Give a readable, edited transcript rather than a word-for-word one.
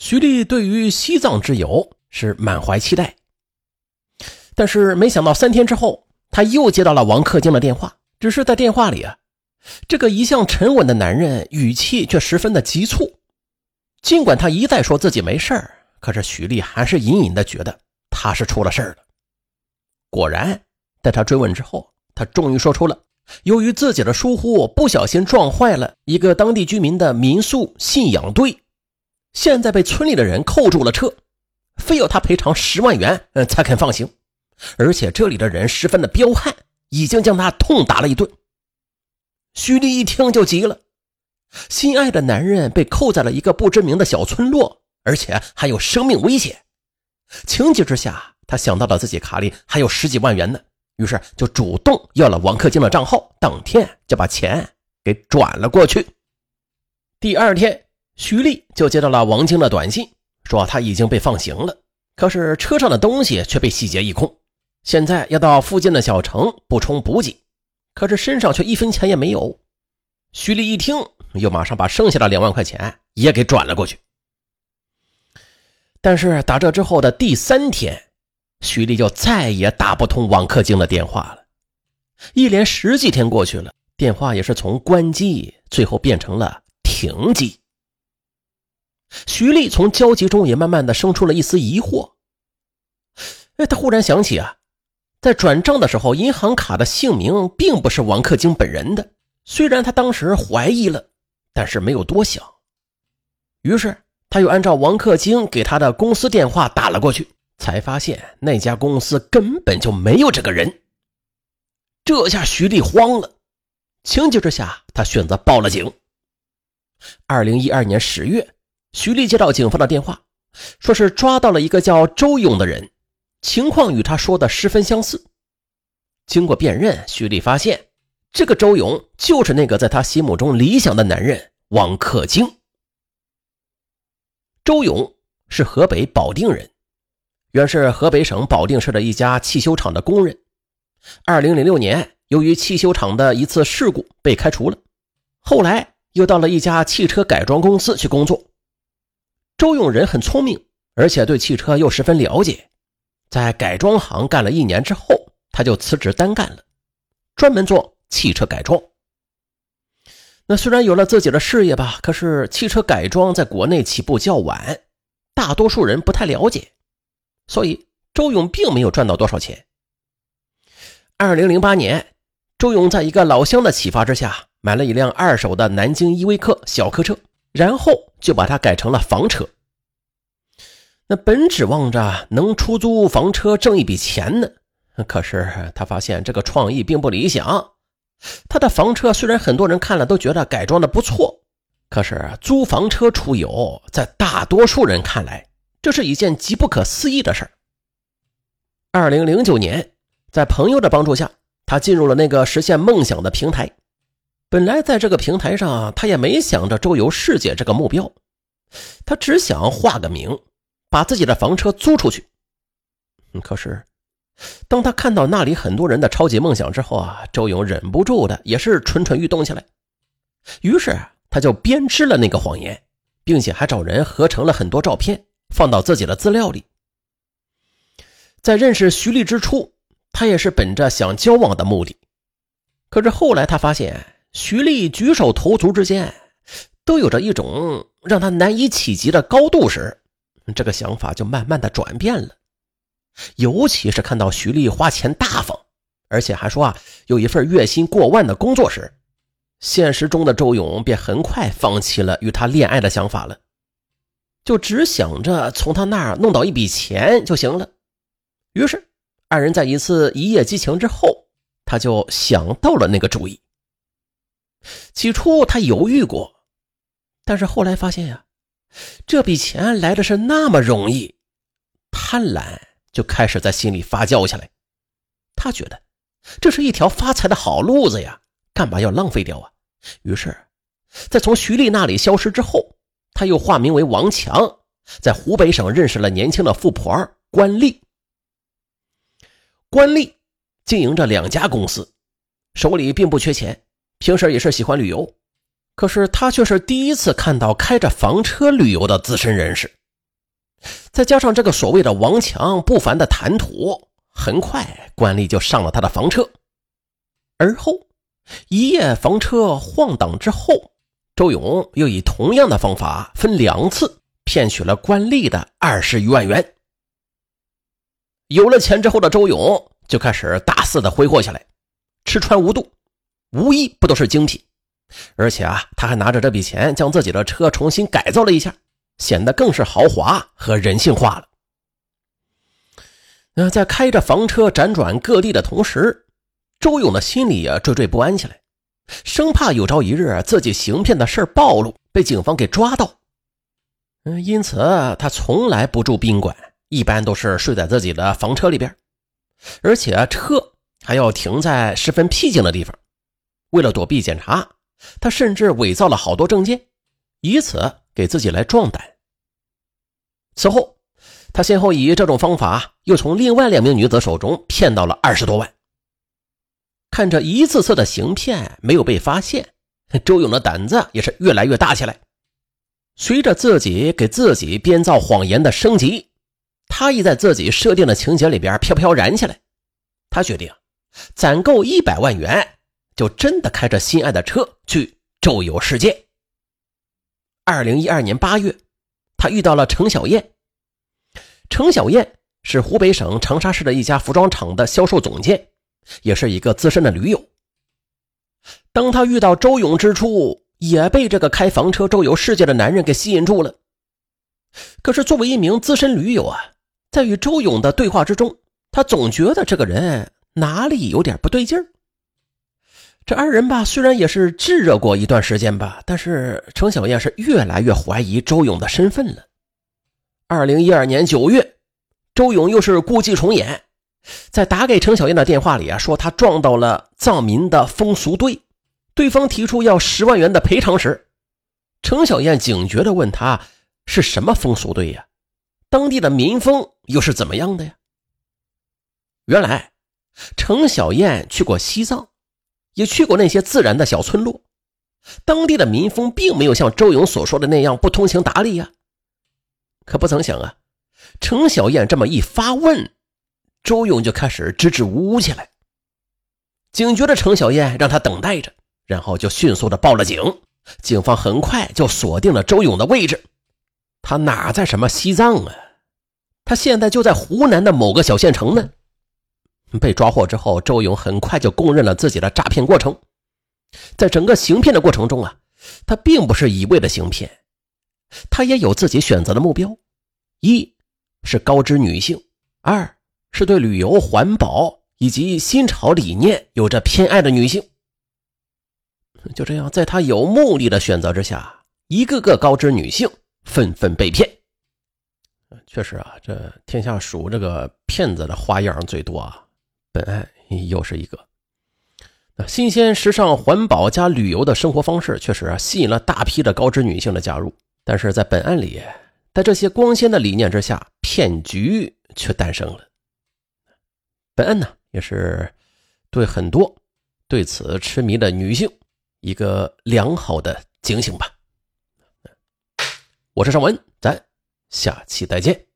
徐丽对于西藏之游是满怀期待，但是没想到3天之后，他又接到了王克京的电话。只是在电话里这个一向沉稳的男人语气却十分的急促。尽管他一再说自己没事儿，可是徐丽还是隐隐的觉得他是出了事儿了。果然，在他追问之后，他终于说出了由于自己的疏忽，不小心撞坏了一个当地居民的民宿信仰队，现在被村里的人扣住了车，非要他赔偿10万元才肯放行，而且这里的人十分的彪悍，已经将他痛打了一顿。徐丽一听就急了，心爱的男人被扣在了一个不知名的小村落，而且还有生命危险。情急之下，他想到了自己卡里还有10几万元呢，于是就主动要了王克京的账号，当天就把钱给转了过去。第2天，徐丽就接到了王京的短信，说他已经被放行了，可是车上的东西却被洗劫一空，现在要到附近的小城补充补给，可是身上却1分钱也没有。徐丽一听，又马上把剩下的2万块钱也给转了过去。但是打这之后的第3天，徐丽就再也打不通王克京的电话了。一连10几天过去了，电话也是从关机最后变成了停机。徐丽从焦急中也慢慢的生出了一丝疑惑。他忽然想起在转账的时候，银行卡的姓名并不是王克京本人的。虽然他当时怀疑了，但是没有多想。于是他又按照王克京给他的公司电话打了过去，才发现那家公司根本就没有这个人。这下徐丽慌了，情急之下他选择报了警。2012年10月，徐丽接到警方的电话，说是抓到了一个叫周勇的人，情况与他说的十分相似。经过辨认，徐丽发现这个周勇就是那个在他心目中理想的男人王克京。周勇是河北保定人，原是河北省保定市的一家汽修厂的工人。2006年，由于汽修厂的一次事故被开除了，后来又到了一家汽车改装公司去工作。周勇人很聪明，而且对汽车又十分了解，在改装行干了1年之后，他就辞职单干了，专门做汽车改装。那虽然有了自己的事业吧，可是汽车改装在国内起步较晚，大多数人不太了解，所以周勇并没有赚到多少钱。2008年，周勇在一个老乡的启发之下，买了一辆2手的南京依维柯小客车，然后就把它改成了房车。那本指望着能出租房车挣一笔钱呢，可是他发现这个创意并不理想。他的房车虽然很多人看了都觉得改装的不错，可是租房车出游在大多数人看来，这是一件极不可思议的事儿。2009年，在朋友的帮助下，他进入了那个实现梦想的平台。本来在这个平台上，他也没想着周游世界这个目标，他只想画个名，把自己的房车租出去。可是当他看到那里很多人的超级梦想之后周勇忍不住的也是蠢蠢欲动起来。于是他就编织了那个谎言，并且还找人合成了很多照片放到自己的资料里。在认识徐丽之初，他也是本着想交往的目的，可是后来他发现徐丽举手投足之间都有着一种让他难以企及的高度时，这个想法就慢慢的转变了。尤其是看到徐丽花钱大方，而且还说有一份月薪过万的工作时，现实中的周勇便很快放弃了与他恋爱的想法了，就只想着从他那儿弄到一笔钱就行了。于是2人在一次一夜激情之后，他就想到了那个主意。起初他犹豫过，但是后来发现这笔钱来的是那么容易，贪婪就开始在心里发酵起来。他觉得这是一条发财的好路子呀，干嘛要浪费掉于是在从徐丽那里消失之后，他又化名为王强，在湖北省认识了年轻的富婆关丽。关丽经营着2家公司，手里并不缺钱，平时也是喜欢旅游，可是他却是第一次看到开着房车旅游的资深人士， 再加上这个所谓的王强不凡的谈吐，很快官吏就上了他的房车。而后一夜房车晃荡之后，周勇又以同样的方法分2次骗取了官吏的20余万元。有了钱之后的周勇就开始大肆的挥霍起来，吃穿无度，无一不都是精品。而且他还拿着这笔钱将自己的车重新改造了一下，显得更是豪华和人性化了。在开着房车辗转各地的同时，周勇的心里惴惴不安起来，生怕有朝一日自己行骗的事暴露，被警方给抓到。因此他从来不住宾馆，一般都是睡在自己的房车里边，而且车还要停在十分僻静的地方。为了躲避检查，他甚至伪造了好多证件，以此给自己来壮胆。此后他先后以这种方法又从另外2名女子手中骗到了20多万。看着一次次的行骗没有被发现，周勇的胆子也是越来越大起来。随着自己给自己编造谎言的升级，他亦在自己设定的情节里边飘飘然起来。他决定攒够100万元，就真的开着心爱的车去周游世界。2012年8月，他遇到了程小燕。程小燕是湖北省长沙市的一家服装厂的销售总监，也是一个资深的驴友。当他遇到周勇之初，也被这个开房车周游世界的男人给吸引住了。可是作为一名资深驴友在与周勇的对话之中，他总觉得这个人哪里有点不对劲儿。这2人虽然也是炙热过一段时间但是程小燕是越来越怀疑周勇的身份了。2012年9月，周勇又是故伎重演，在打给程小燕的电话里说他撞到了藏民的风俗队，对方提出要10万元的赔偿时，程小燕警觉地问他是什么风俗队呀？当地的民风又是怎么样的呀？原来程小燕去过西藏，也去过那些自然的小村落，当地的民风并没有像周勇所说的那样不通情达理呀。可不曾想程小燕这么一发问，周勇就开始支支吾吾起来。警觉的程小燕让他等待着，然后就迅速的报了警。警方很快就锁定了周勇的位置。他哪在什么西藏他现在就在湖南的某个小县城呢。被抓获之后，周勇很快就供认了自己的诈骗过程。在整个行骗的过程中他并不是一味的行骗，他也有自己选择的目标，一是高知女性，二是对旅游环保以及新潮理念有着偏爱的女性。就这样，在他有目的的选择之下，一个个高知女性纷纷被骗。确实这天下属这个骗子的花样最多本案又是一个。新鲜时尚环保加旅游的生活方式确实吸引了大批的高知女性的加入，但是在本案里，在这些光鲜的理念之下，骗局却诞生了。本案呢，也是对很多对此痴迷的女性一个良好的警醒吧。我是尚文，咱下期再见。